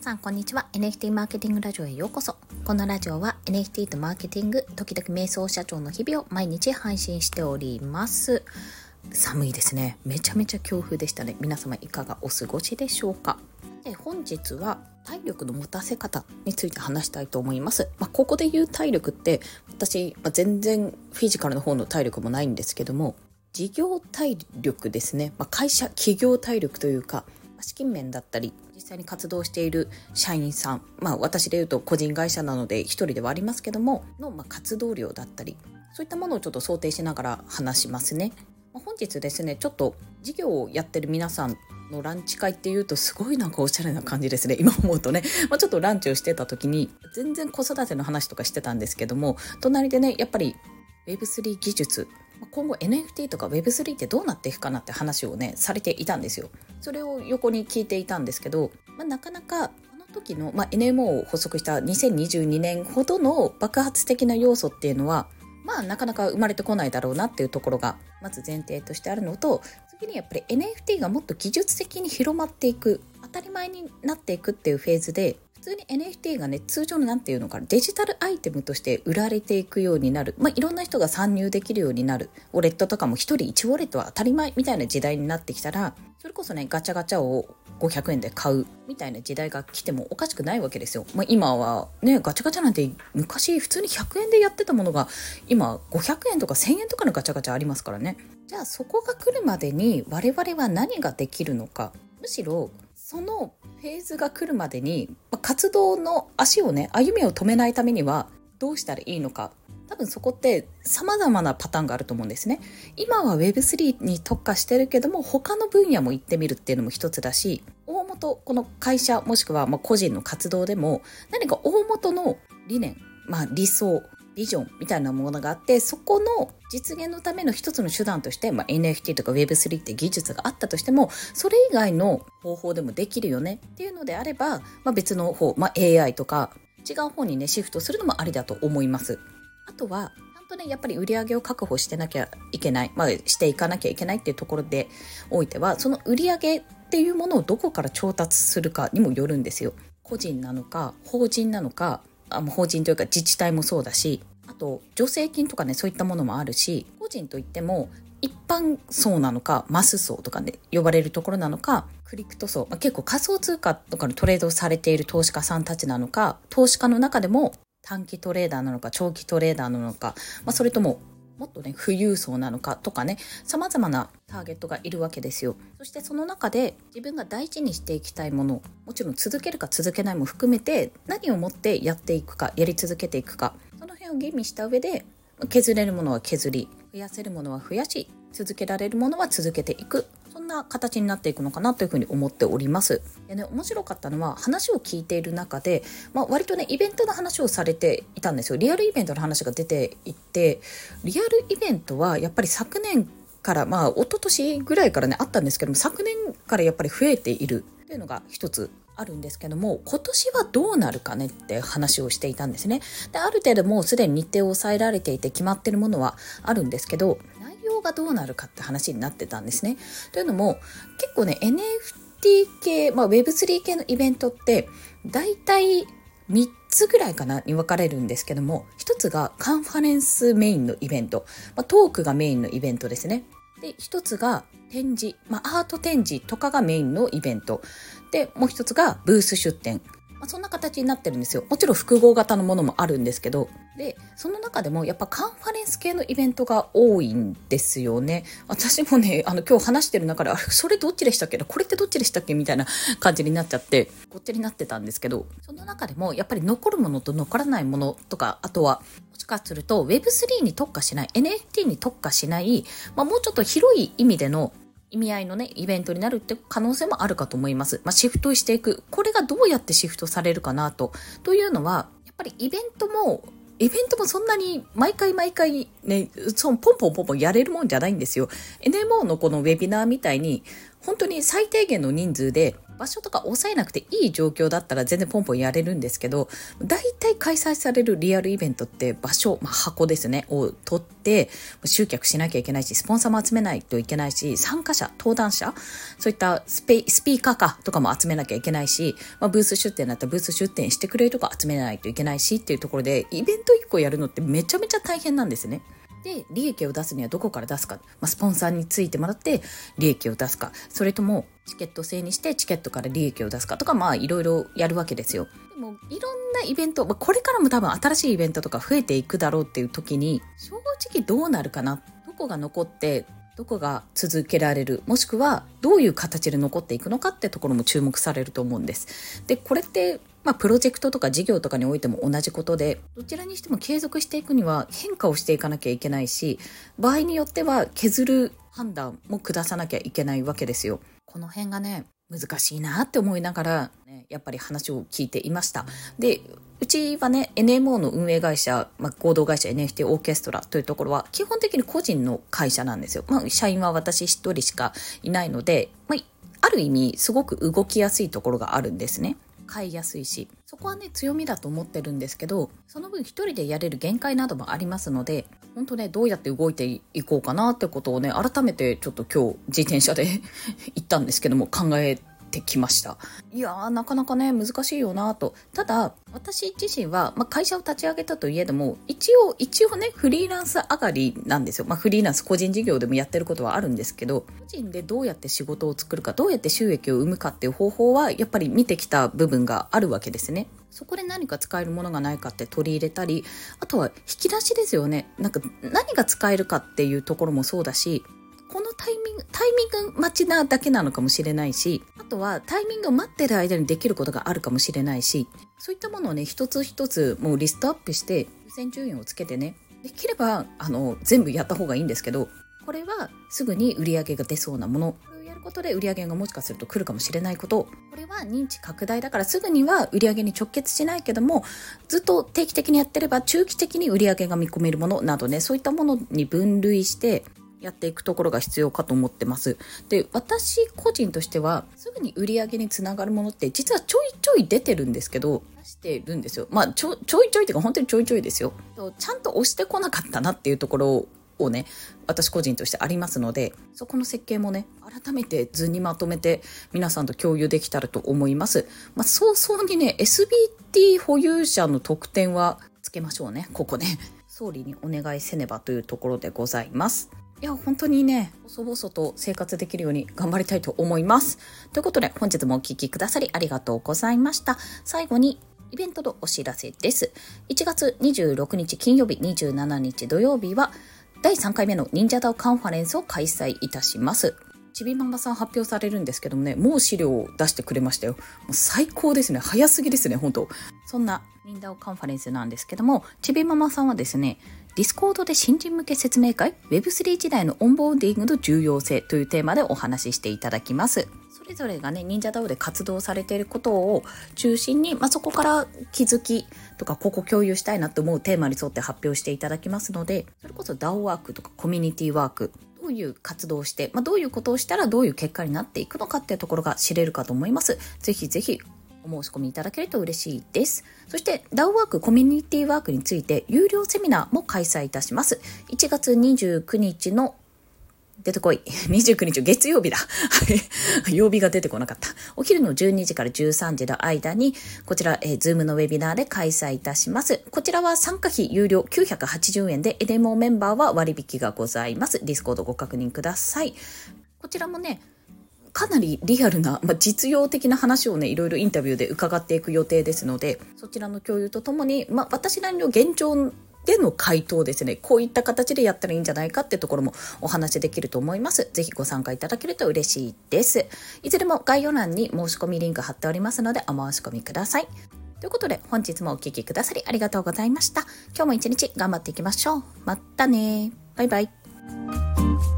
さんこんにちは。 NFT マーケティングラジオへようこそ。このラジオは NFT とマーケティング、時々瞑想社長の日々を毎日配信しております。寒いですね。めちゃめちゃ強風でしたね。皆様いかがお過ごしでしょうか。本日は体力の持たせ方について話したいと思います。ここで言う体力って私、全然フィジカルの方の体力もないんですけども、事業体力ですね。会社企業体力というか、資金面だったり実際に活動している社員さん、私でいうと個人会社なので一人ではありますけどもの、活動量だったり、そういったものをちょっと想定しながら話しますね。本日ですね、ちょっと事業をやってる皆さんのランチ会っていうとすごいおしゃれな感じですね。今思うとね、ちょっとランチをしてた時に全然子育ての話とかしてたんですけども、隣でね、やっぱり Web3 技術、今後 NFT とか Web3 ってどうなっていくかなって話をねされていたんですよ。それを横に聞いていたんですけど、なかなかこの時の、NMO を発足した2022年ほどの爆発的な要素っていうのはなかなか生まれてこないだろうなっていうところがまず前提としてあるのと、次にやっぱり NFT がもっと技術的に広まっていく、当たり前になっていくっていうフェーズで、普通に NFT がね、通常のデジタルアイテムとして売られていくようになる、いろんな人が参入できるようになる、ウォレットとかも一人1ウォレットは当たり前みたいな時代になってきたら、それこそね、ガチャガチャを500円で買うみたいな時代が来てもおかしくないわけですよ。今はね、ガチャガチャなんて昔普通に100円でやってたものが今500円とか1000円とかのガチャガチャありますからね。じゃあそこが来るまでに我々は何ができるのか、むしろそのフェーズが来るまでに活動の歩みを止めないためにはどうしたらいいのか、多分そこって様々なパターンがあると思うんですね。今は Web3 に特化してるけども、他の分野も行ってみるっていうのも一つだし、大元この会社もしくは個人の活動でも何か大元の理念、理想、ビジョンみたいなものがあって、そこの実現のための一つの手段として、NFT とか Web3 って技術があったとしても、それ以外の方法でもできるよねっていうのであれば、別の方、AI とか違う方にねシフトするのもありだと思います。あとはちゃんとね、やっぱり売り上げを確保してなきゃいけない、していかなきゃいけないっていうところでおいては、その売り上げっていうものをどこから調達するかにもよるんですよ。個人なのか法人なのか、法人というか自治体もそうだし、あと助成金とかね、そういったものもあるし、個人といっても一般層なのかマス層とかで呼ばれるところなのか、クリプト層、結構仮想通貨とかのトレードをされている投資家さんたちなのか、投資家の中でも短期トレーダーなのか長期トレーダーなのか、それとももっとね富裕層なのかとかね、様々なターゲットがいるわけですよ。そしてその中で自分が大事にしていきたいもの、もちろん続けるか続けないも含めて、何をもってやっていくか、やり続けていくか、その辺を吟味した上で、削れるものは削り、増やせるものは増やし、続けられるものは続けていく、そんな形になっていくのかなというふうに思っております。でね、面白かったのは話を聞いている中で、割とねイベントの話をされていたんですよ。リアルイベントの話が出ていて、リアルイベントはやっぱり昨年から一昨年ぐらいからねあったんですけども、昨年からやっぱり増えているっていうのが一つあるんですけども、今年はどうなるかねって話をしていたんですね。で、ある程度もうすでに日程を抑えられていて決まっているものはあるんですけど、内容がどうなるかって話になってたんですね。というのも結構ね NFT 系、Web3 系のイベントってだいたい3つぐらいかなに分かれるんですけども、1つがカンファレンスメインのイベント、トークがメインのイベントですね。で、1つが展示、アート展示とかがメインのイベントで、もう1つがブース出展、そんな形になってるんですよ。もちろん複合型のものもあるんですけど、でその中でもやっぱカンファレンス系のイベントが多いんですよね。私もね今日話してる中で、それどっちでしたっけ、これってどっちでしたっけみたいな感じになっちゃってごっちゃになってたんですけど、その中でもやっぱり残るものと残らないものとか、あとはもしかすると Web3 に特化しない NFT に特化しない、もうちょっと広い意味での意味合いのねイベントになるって可能性もあるかと思います。シフトしていく、これがどうやってシフトされるかなというのは、やっぱりイベントもそんなに毎回ね、ポンポンやれるもんじゃないんですよ。NMO のこのウェビナーみたいに本当に最低限の人数で場所とか抑えなくていい状況だったら全然ポンポンやれるんですけど、大体開催されるリアルイベントって場所、箱ですね、を取って集客しなきゃいけないし、スポンサーも集めないといけないし、参加者、登壇者、そういったスピーカーとかも集めなきゃいけないし、ブース出店だったらブース出店してくれるとか集めないといけないしっていうところで、イベント1個やるのってめちゃめちゃ大変なんですね。で、利益を出すにはどこから出すか、スポンサーについてもらって利益を出すか、それともチケット制にしてチケットから利益を出すかとか、いろいろやるわけですよ。でもいろんなイベント、これからも多分新しいイベントとか増えていくだろうっていう時に、正直どうなるかな、どこが残ってどこが続けられる、もしくはどういう形で残っていくのかってところも注目されると思うんです。で、これってプロジェクトとか事業とかにおいても同じことで、どちらにしても継続していくには変化をしていかなきゃいけないし、場合によっては削る判断も下さなきゃいけないわけですよ。この辺がね、難しいなって思いながら、やっぱり話を聞いていました。で、うちはね、NMO の運営会社、合同会社 NFT オーケストラというところは基本的に個人の会社なんですよ。社員は私一人しかいないので、ある意味すごく動きやすいところがあるんですね。買いやすいし、そこはね強みだと思ってるんですけど、その分一人でやれる限界などもありますので、本当ね、どうやって動いていこうかなってことをね、改めてちょっと今日自転車で行ったんですけども、考えてきました。いやー、なかなかね難しいよなと。ただ私自身は、会社を立ち上げたといえども、一応ねフリーランス上がりなんですよ。フリーランス個人事業でもやってることはあるんですけど、個人でどうやって仕事を作るか、どうやって収益を生むかっていう方法はやっぱり見てきた部分があるわけですね。そこで何か使えるものがないかって取り入れたり、あとは引き出しですよね。何が使えるかっていうところもそうだし、このタイミング待ちなだけなのかもしれないし、あとはタイミングを待ってる間にできることがあるかもしれないし、そういったものをね一つ一つもうリストアップして優先順位をつけてね、できれば全部やった方がいいんですけど、これはすぐに売り上げが出そうなもの、これをやることで売り上げがもしかすると来るかもしれないこと、これは認知拡大だからすぐには売り上げに直結しないけども、ずっと定期的にやってれば中期的に売り上げが見込めるものなどね、そういったものに分類してやっていくところが必要かと思ってます。で、私個人としてはすぐに売り上げにつながるものって実はちょいちょい出てるんですけど、出してるんですよ。ちょいちょいっていうか本当にちょいちょいですよ。ちゃんと押してこなかったなっていうところをね、私個人としてありますので、そこの設計もね改めて図にまとめて皆さんと共有できたらと思います。早々にね SBT 保有者の特典はつけましょうね。ここね総理にお願いせねばというところでございます。いや本当にね細々と生活できるように頑張りたいと思います。ということで本日もお聞きくださりありがとうございました。最後にイベントのお知らせです。1月26日金曜日、27日土曜日は第3回目の忍者ダオカンファレンスを開催いたします。ちびママさん発表されるんですけどもね、もう資料を出してくれましたよ。もう最高ですね。早すぎですね、本当。そんな忍者ダオカンファレンスなんですけども、ちびママさんはですね、ディスコードで新人向け説明会 Web3 時代のオンボーディングの重要性というテーマでお話ししていただきます。それぞれがね忍者ダオで活動されていることを中心に、そこから気づきとかここ共有したいなと思うテーマに沿って発表していただきますので、それこそ DAO ワークとかコミュニティワーク、どういう活動をして、どういうことをしたらどういう結果になっていくのかっていうところが知れるかと思います。ぜひぜひお申し込みいただけると嬉しいです。そして DAO ワークコミュニティワークについて有料セミナーも開催いたします。1月29日の出てこい29日月曜日だ曜日が出てこなかった。お昼の12時から13時の間にこちら、Zoom のウェビナーで開催いたします。こちらは参加費有料980円で NMO メンバーは割引がございます。ディスコードご確認ください。こちらもねかなりリアルな、実用的な話をねいろいろインタビューで伺っていく予定ですので、そちらの共有とともに、私なりの現状での回答ですね、こういった形でやったらいいんじゃないかってところもお話できると思います。ぜひご参加いただけると嬉しいです。いずれも概要欄に申し込みリンク貼っておりますのでお申し込みください。ということで本日もお聞きくださりありがとうございました。今日も一日頑張っていきましょう。またね。バイバイ。